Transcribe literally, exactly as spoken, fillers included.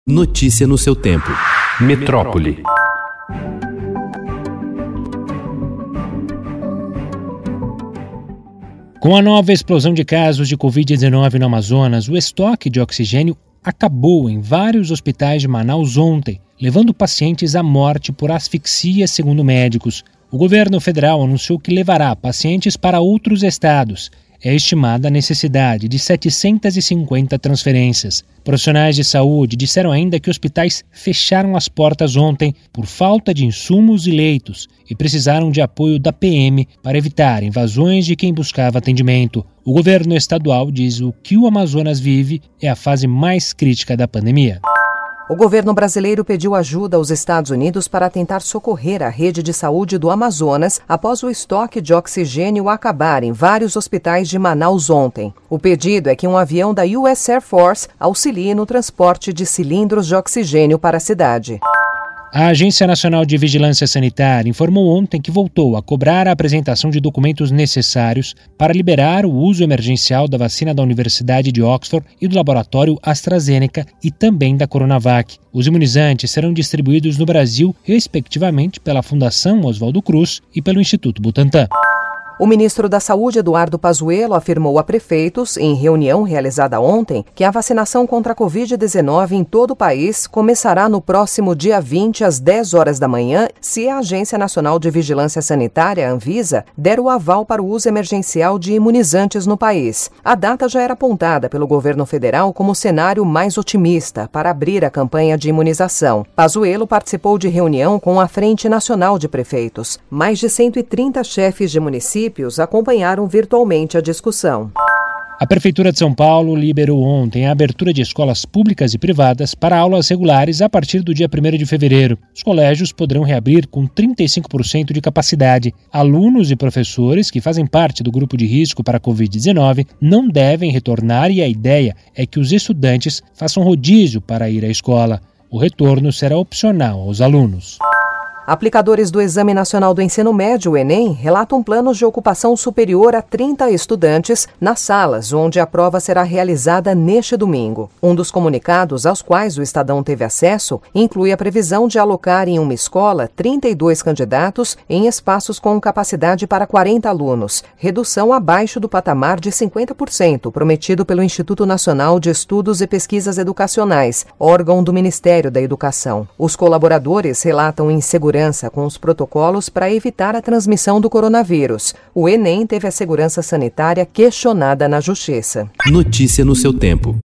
Notícia no seu tempo. Metrópole. Com a nova explosão de casos de covid dezenove no Amazonas, o estoque de oxigênio acabou em vários hospitais de Manaus ontem, levando pacientes à morte por asfixia, segundo médicos. O governo federal anunciou que levará pacientes para outros estados. É estimada a necessidade de setecentas e cinquenta transferências. Profissionais de saúde disseram ainda que hospitais fecharam as portas ontem por falta de insumos e leitos e precisaram de apoio da P M para evitar invasões de quem buscava atendimento. O governo estadual diz que o que o Amazonas vive é a fase mais crítica da pandemia. O governo brasileiro pediu ajuda aos Estados Unidos para tentar socorrer a rede de saúde do Amazonas após o estoque de oxigênio acabar em vários hospitais de Manaus ontem. O pedido é que um avião da U S Air Force auxilie no transporte de cilindros de oxigênio para a cidade. A Agência Nacional de Vigilância Sanitária informou ontem que voltou a cobrar a apresentação de documentos necessários para liberar o uso emergencial da vacina da Universidade de Oxford e do laboratório AstraZeneca e também da Coronavac. Os imunizantes serão distribuídos no Brasil, respectivamente, pela Fundação Oswaldo Cruz e pelo Instituto Butantan. O ministro da Saúde, Eduardo Pazuello, afirmou a prefeitos, em reunião realizada ontem, que a vacinação contra a covid dezenove em todo o país começará no próximo dia vinte, às dez horas da manhã, se a Agência Nacional de Vigilância Sanitária, a Anvisa, der o aval para o uso emergencial de imunizantes no país. A data já era apontada pelo governo federal como o cenário mais otimista para abrir a campanha de imunização. Pazuello participou de reunião com a Frente Nacional de Prefeitos. Mais de cento e trinta chefes de municípios acompanharam virtualmente a discussão. A Prefeitura de São Paulo liberou ontem a abertura de escolas públicas e privadas para aulas regulares a partir do dia primeiro de fevereiro. Os colégios poderão reabrir com trinta e cinco por cento de capacidade. Alunos e professores que fazem parte do grupo de risco para a covid dezenove não devem retornar e a ideia é que os estudantes façam rodízio para ir à escola. O retorno será opcional aos alunos. Aplicadores do Exame Nacional do Ensino Médio, o Enem, relatam planos de ocupação superior a trinta estudantes nas salas onde a prova será realizada neste domingo. Um dos comunicados aos quais o Estadão teve acesso inclui a previsão de alocar em uma escola trinta e dois candidatos em espaços com capacidade para quarenta alunos, redução abaixo do patamar de cinquenta por cento prometido pelo Instituto Nacional de Estudos e Pesquisas Educacionais, órgão do Ministério da Educação. Os colaboradores relatam insegurança com os protocolos para evitar a transmissão do coronavírus. O Enem teve a segurança sanitária questionada na Justiça. Notícia no seu tempo.